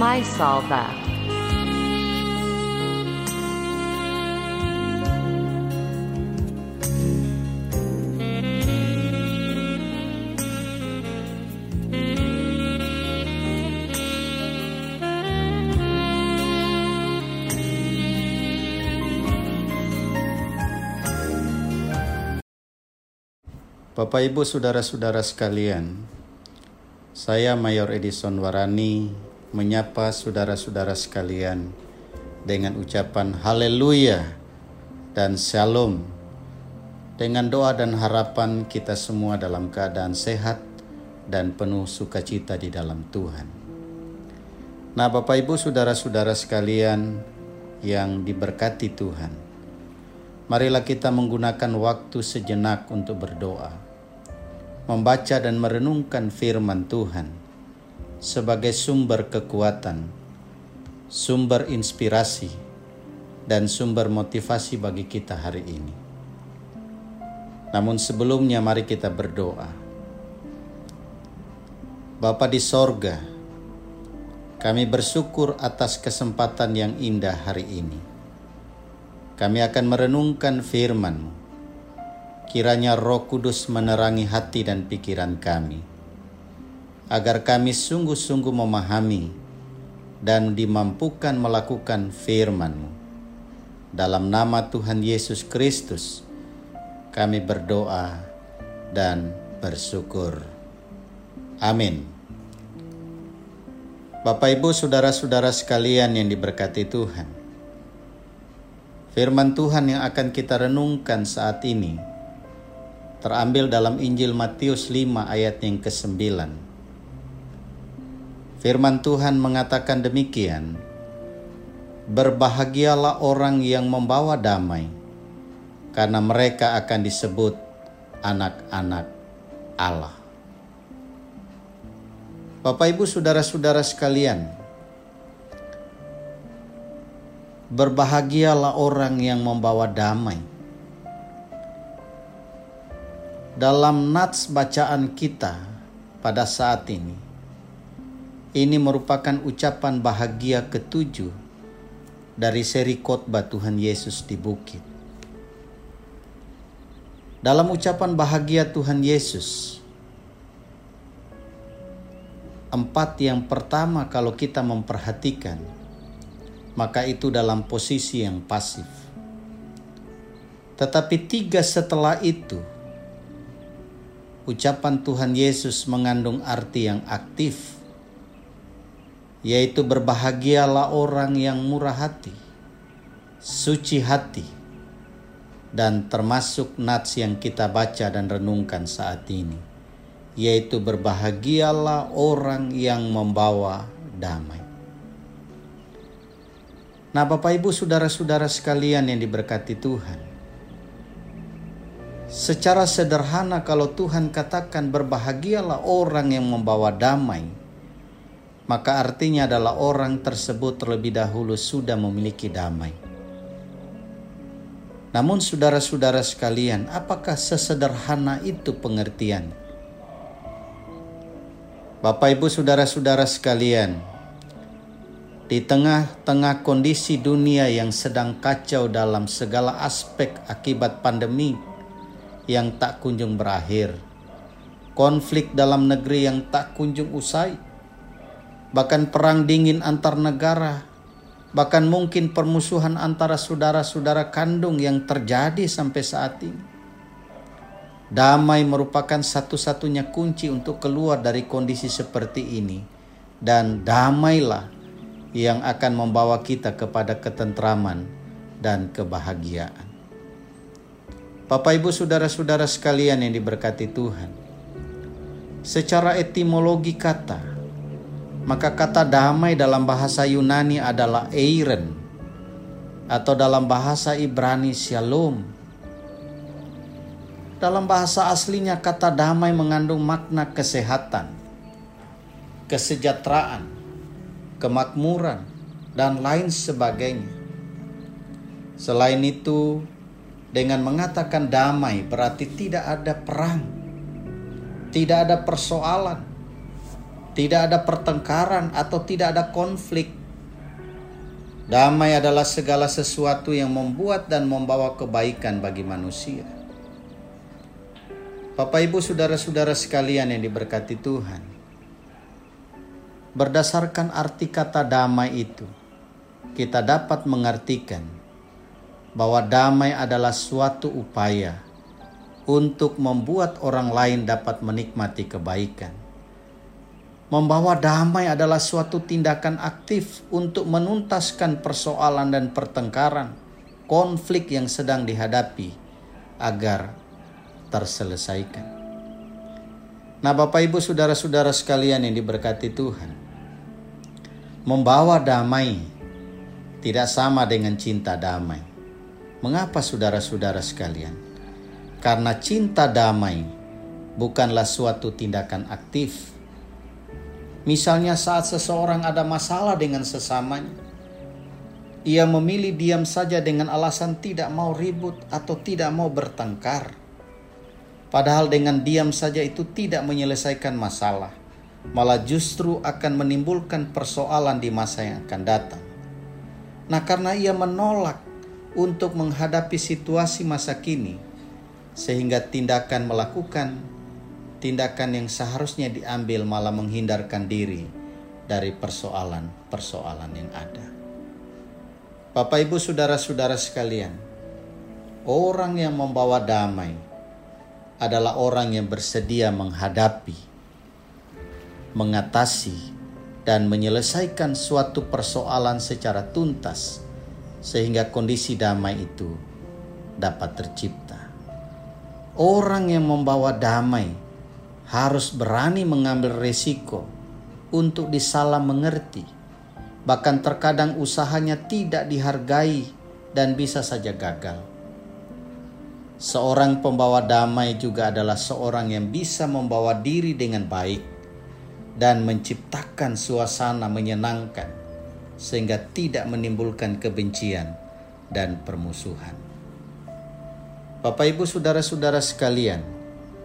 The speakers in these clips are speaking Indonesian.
my salva. Bapak Ibu Saudara-saudara sekalian, saya Mayor Edison Warani menyapa saudara-saudara sekalian dengan ucapan haleluya dan shalom, dengan doa dan harapan kita semua dalam keadaan sehat dan penuh sukacita di dalam Tuhan. Nah, Bapak Ibu Saudara-saudara sekalian yang diberkati Tuhan, marilah kita menggunakan waktu sejenak untuk berdoa, membaca dan merenungkan firman Tuhan sebagai sumber kekuatan, sumber inspirasi, dan sumber motivasi bagi kita hari ini. Namun sebelumnya mari kita berdoa. Bapa di sorga, kami bersyukur atas kesempatan yang indah hari ini. Kami akan merenungkan firman-Mu. Kiranya Roh Kudus menerangi hati dan pikiran kami, agar kami sungguh-sungguh memahami dan dimampukan melakukan firman-Mu. Dalam nama Tuhan Yesus Kristus, kami berdoa dan bersyukur. Amin. Bapak Ibu Saudara-saudara sekalian yang diberkati Tuhan, firman Tuhan yang akan kita renungkan saat ini terambil dalam Injil Matius 5 ayat yang ke-9. Firman Tuhan mengatakan demikian, "Berbahagialah orang yang membawa damai, karena mereka akan disebut anak-anak Allah." Bapak Ibu Saudara-saudara sekalian, berbahagialah orang yang membawa damai. Dalam nats bacaan kita pada saat ini merupakan ucapan bahagia ke-7 dari seri khotbah Tuhan Yesus di bukit. Dalam ucapan bahagia Tuhan Yesus, 4 yang pertama kalau kita memperhatikan, maka itu dalam posisi yang pasif. Tetapi 3 setelah itu, ucapan Tuhan Yesus mengandung arti yang aktif, yaitu berbahagialah orang yang murah hati, suci hati, dan termasuk nats yang kita baca dan renungkan saat ini, yaitu berbahagialah orang yang membawa damai. Nah, Bapak Ibu Saudara-saudara sekalian yang diberkati Tuhan, secara sederhana kalau Tuhan katakan berbahagialah orang yang membawa damai, maka artinya adalah orang tersebut terlebih dahulu sudah memiliki damai. Namun saudara-saudara sekalian, apakah sesederhana itu pengertian? Bapak Ibu Saudara-saudara sekalian, di tengah-tengah kondisi dunia yang sedang kacau dalam segala aspek akibat pandemi yang tak kunjung berakhir, konflik dalam negeri yang tak kunjung usai, bahkan perang dingin antar negara, bahkan mungkin permusuhan antara saudara-saudara kandung yang terjadi sampai saat ini. Damai merupakan satu-satunya kunci untuk keluar dari kondisi seperti ini, dan damailah yang akan membawa kita kepada ketentraman dan kebahagiaan. Bapak Ibu Saudara-saudara sekalian yang diberkati Tuhan, secara etimologi kata, maka kata damai dalam bahasa Yunani adalah eiren, atau dalam bahasa Ibrani shalom. Dalam bahasa aslinya kata damai mengandung makna kesehatan, kesejahteraan, kemakmuran, dan lain sebagainya. Selain itu, dengan mengatakan damai berarti tidak ada perang, tidak ada persoalan, Tidak ada pertengkaran atau tidak ada konflik. Damai adalah segala sesuatu yang membuat dan membawa kebaikan bagi manusia. Bapak, Ibu, saudara-saudara sekalian yang diberkati Tuhan, berdasarkan arti kata damai itu, kita dapat mengartikan bahwa damai adalah suatu upaya untuk membuat orang lain dapat menikmati kebaikan. Membawa damai adalah suatu tindakan aktif untuk menuntaskan persoalan dan pertengkaran, konflik yang sedang dihadapi agar terselesaikan. Nah, Bapak, Ibu, saudara-saudara sekalian yang diberkati Tuhan, membawa damai tidak sama dengan cinta damai. Mengapa, saudara-saudara sekalian? Karena cinta damai bukanlah suatu tindakan aktif. Misalnya saat seseorang ada masalah dengan sesamanya, ia memilih diam saja dengan alasan tidak mau ribut atau tidak mau bertengkar. Padahal dengan diam saja itu tidak menyelesaikan masalah, malah justru akan menimbulkan persoalan di masa yang akan datang. Nah, karena ia menolak untuk menghadapi situasi masa kini, sehingga melakukan tindakan yang seharusnya diambil malah menghindarkan diri dari persoalan-persoalan yang ada. Bapak, Ibu, saudara-saudara sekalian, orang yang membawa damai adalah orang yang bersedia menghadapi, mengatasi, dan menyelesaikan suatu persoalan secara tuntas sehingga kondisi damai itu dapat tercipta. Orang yang membawa damai harus berani mengambil resiko untuk disalah mengerti. Bahkan terkadang usahanya tidak dihargai dan bisa saja gagal. Seorang pembawa damai juga adalah seorang yang bisa membawa diri dengan baik dan menciptakan suasana menyenangkan sehingga tidak menimbulkan kebencian dan permusuhan. Bapak, Ibu, saudara-saudara sekalian,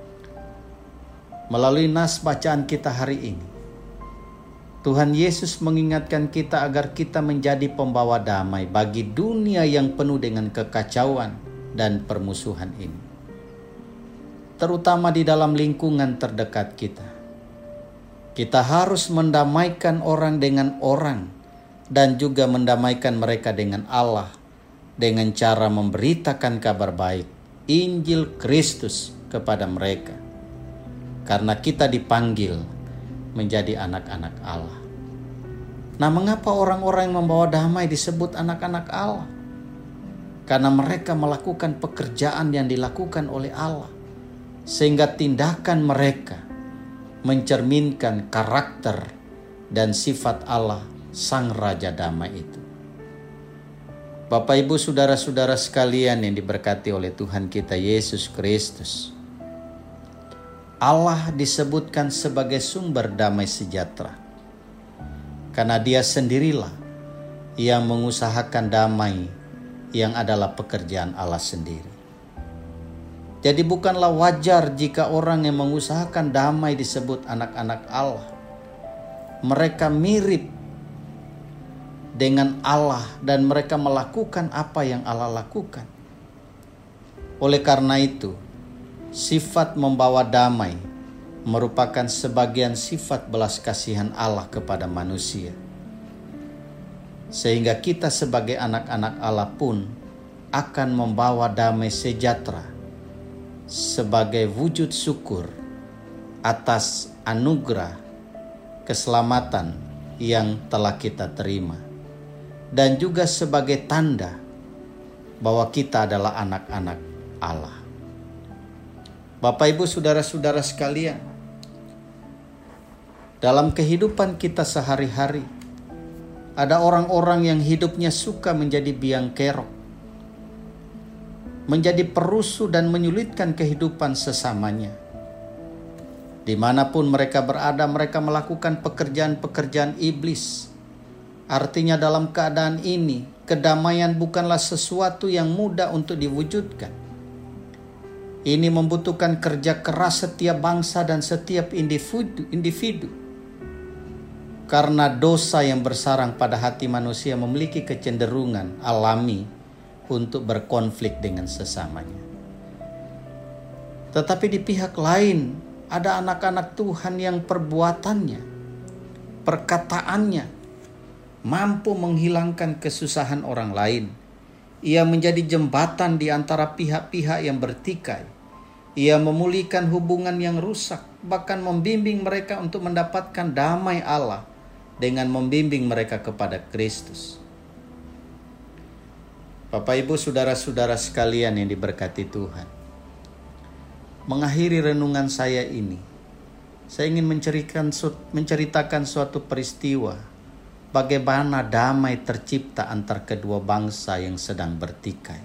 melalui nas bacaan kita hari ini, Tuhan Yesus mengingatkan kita agar kita menjadi pembawa damai bagi dunia yang penuh dengan kekacauan dan permusuhan ini. Terutama di dalam lingkungan terdekat kita. Kita harus mendamaikan orang dengan orang dan juga mendamaikan mereka dengan Allah dengan cara memberitakan kabar baik, Injil Kristus kepada mereka. Karena kita dipanggil menjadi anak-anak Allah. Nah, mengapa orang-orang yang membawa damai disebut anak-anak Allah? Karena mereka melakukan pekerjaan yang dilakukan oleh Allah, sehingga tindakan mereka mencerminkan karakter dan sifat Allah, Sang Raja Damai itu. Bapak, Ibu, saudara-saudara sekalian yang diberkati oleh Tuhan kita Yesus Kristus, Allah disebutkan sebagai sumber damai sejahtera karena Dia sendirilah yang mengusahakan damai yang adalah pekerjaan Allah sendiri. Jadi bukanlah wajar jika orang yang mengusahakan damai disebut anak-anak Allah. Mereka mirip dengan Allah dan mereka melakukan apa yang Allah lakukan. Oleh karena itu, sifat membawa damai merupakan sebagian sifat belas kasihan Allah kepada manusia. Sehingga kita sebagai anak-anak Allah pun akan membawa damai sejahtera sebagai wujud syukur atas anugerah keselamatan yang telah kita terima. Dan juga sebagai tanda bahwa kita adalah anak-anak Allah. Bapak, Ibu, saudara-saudara sekalian, dalam kehidupan kita sehari-hari, ada orang-orang yang hidupnya suka menjadi biang kerok, menjadi perusuh dan menyulitkan kehidupan sesamanya. Dimanapun mereka berada, mereka melakukan pekerjaan-pekerjaan iblis. Artinya dalam keadaan ini, kedamaian bukanlah sesuatu yang mudah untuk diwujudkan. Ini membutuhkan kerja keras setiap bangsa dan setiap individu. Karena dosa yang bersarang pada hati manusia memiliki kecenderungan alami untuk berkonflik dengan sesamanya. Tetapi di pihak lain ada anak-anak Tuhan yang perbuatannya, perkataannya mampu menghilangkan kesusahan orang lain. Ia menjadi jembatan di antara pihak-pihak yang bertikai. Ia memulihkan hubungan yang rusak, bahkan membimbing mereka untuk mendapatkan damai Allah dengan membimbing mereka kepada Kristus. Bapak, Ibu, saudara-saudara sekalian yang diberkati Tuhan, mengakhiri renungan saya ini, saya ingin menceritakan suatu peristiwa bagaimana damai tercipta antar kedua bangsa yang sedang bertikai.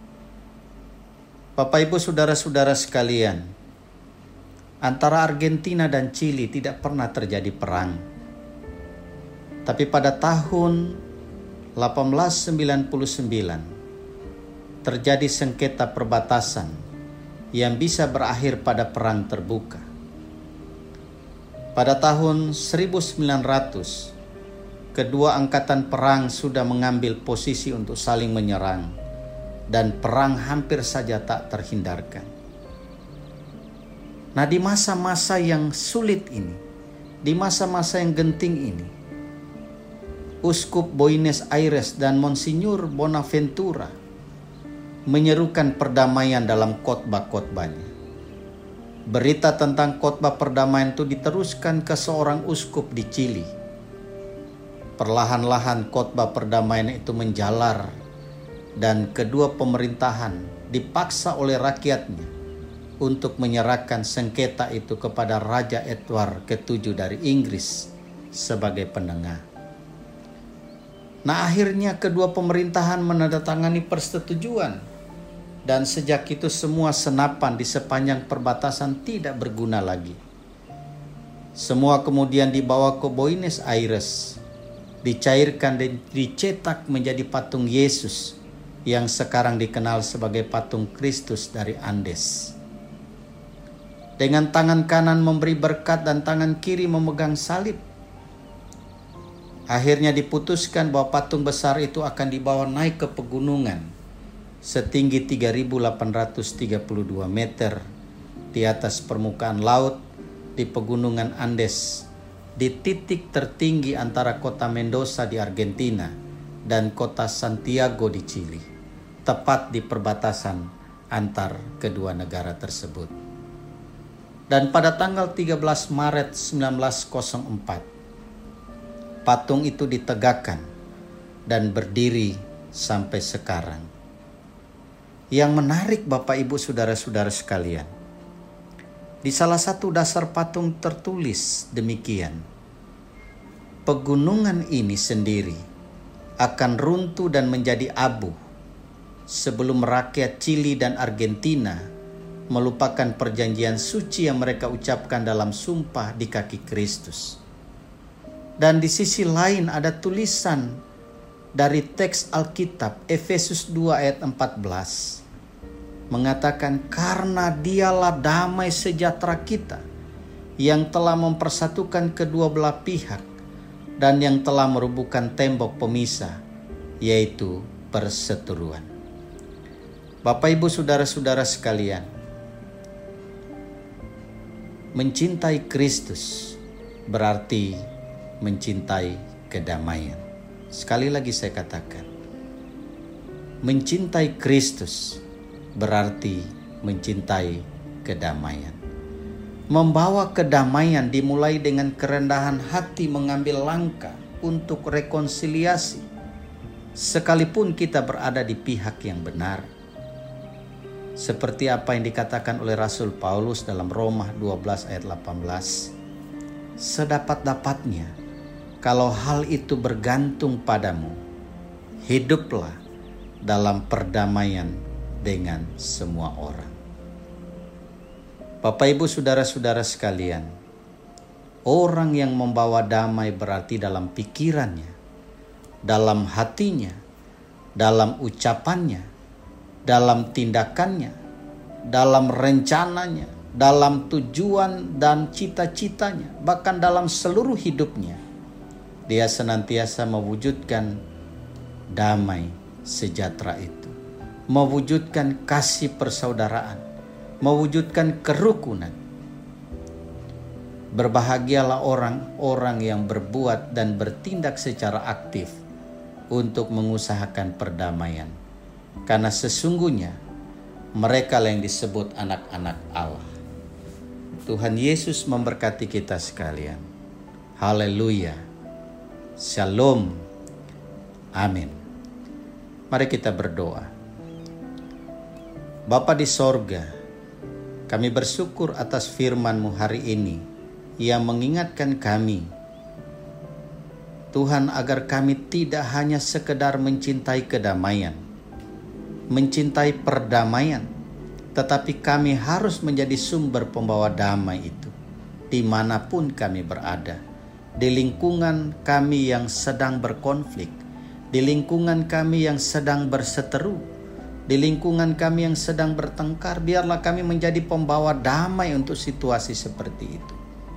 Bapak, Ibu, saudara-saudara sekalian, antara Argentina dan Chili tidak pernah terjadi perang. Tapi pada tahun 1899 terjadi sengketa perbatasan yang bisa berakhir pada perang terbuka. Pada tahun 1900, kedua angkatan perang sudah mengambil posisi untuk saling menyerang dan perang hampir saja tak terhindarkan. Nah, di masa-masa yang sulit ini, di masa-masa yang genting ini, Uskup Buenos Aires dan Monsinyur Bonaventura menyerukan perdamaian dalam khotbah-khotbahnya. Berita tentang khotbah perdamaian itu diteruskan ke seorang uskup di Chili. Perlahan-lahan khotbah perdamaian itu menjalar dan kedua pemerintahan dipaksa oleh rakyatnya untuk menyerahkan sengketa itu kepada Raja Edward ke-7 dari Inggris sebagai penengah. Nah, akhirnya kedua pemerintahan menandatangani persetujuan, dan sejak itu semua senapan di sepanjang perbatasan tidak berguna lagi. Semua kemudian dibawa ke Buenos Aires, dicairkan dan dicetak menjadi patung Yesus yang sekarang dikenal sebagai patung Kristus dari Andes. Dengan tangan kanan memberi berkat dan tangan kiri memegang salib. Akhirnya diputuskan bahwa patung besar itu akan dibawa naik ke pegunungan setinggi 3.832 meter di atas permukaan laut di pegunungan Andes, di titik tertinggi antara kota Mendoza di Argentina dan kota Santiago di Chili, tepat di perbatasan antar kedua negara tersebut. Dan pada tanggal 13 Maret 1904, patung itu ditegakkan dan berdiri sampai sekarang. Yang menarik, Bapak, Ibu, saudara-saudara sekalian, di salah satu dasar patung tertulis demikian: pegunungan ini sendiri akan runtuh dan menjadi abu sebelum rakyat Chili dan Argentina melupakan perjanjian suci yang mereka ucapkan dalam sumpah di kaki Kristus. Dan di sisi lain ada tulisan dari teks Alkitab Efesus 2 ayat 14 mengatakan, karena dialah damai sejahtera kita yang telah mempersatukan kedua belah pihak dan yang telah merubuhkan tembok pemisah, yaitu perseteruan. Bapak, Ibu, saudara-saudara sekalian, mencintai Kristus berarti mencintai kedamaian. Sekali lagi saya katakan, mencintai Kristus berarti mencintai kedamaian. Membawa kedamaian dimulai dengan kerendahan hati mengambil langkah untuk rekonsiliasi, sekalipun kita berada di pihak yang benar. Seperti apa yang dikatakan oleh Rasul Paulus dalam Roma 12 ayat 18, sedapat-dapatnya, kalau hal itu bergantung padamu, hiduplah dalam perdamaian dengan semua orang. Bapak, Ibu, saudara-saudara sekalian, orang yang membawa damai berarti dalam pikirannya, dalam hatinya, dalam ucapannya, dalam tindakannya, dalam rencananya, dalam tujuan dan cita-citanya, bahkan dalam seluruh hidupnya, Dia senantiasa mewujudkan damai sejahtera itu, mewujudkan kasih persaudaraan, mewujudkan kerukunan. Berbahagialah orang-orang yang berbuat dan bertindak secara aktif untuk mengusahakan perdamaian, karena sesungguhnya mereka yang disebut anak-anak Allah. Tuhan Yesus memberkati kita sekalian. Haleluya. Shalom. Amin. Mari kita berdoa. Bapa di sorga, kami bersyukur atas firman-Mu hari ini yang mengingatkan kami, Tuhan, agar kami tidak hanya sekedar mencintai kedamaian, mencintai perdamaian, tetapi kami harus menjadi sumber pembawa damai itu dimanapun kami berada. Di lingkungan kami yang sedang berkonflik, di lingkungan kami yang sedang berseteru, di lingkungan kami yang sedang bertengkar, biarlah kami menjadi pembawa damai untuk situasi seperti itu.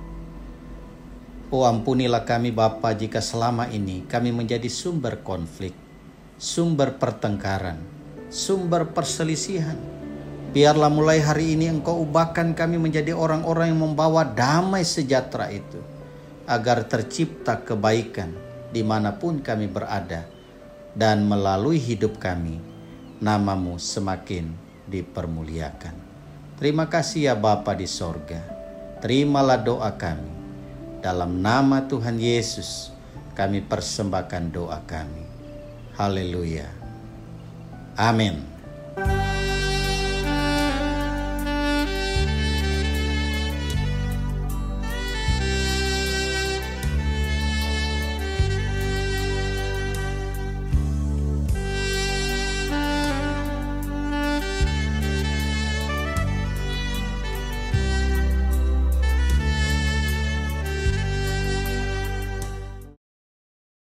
Oh, ampunilah kami Bapa jika selama ini kami menjadi sumber konflik, sumber pertengkaran, sumber perselisihan. Biarlah mulai hari ini Engkau ubahkan kami menjadi orang-orang yang membawa damai sejahtera itu, agar tercipta kebaikan dimanapun kami berada, dan melalui hidup kami nama-Mu semakin dipermuliakan. Terima kasih ya Bapa di sorga. Terimalah doa kami. Dalam nama Tuhan Yesus kami persembahkan doa kami. Haleluya. Amin.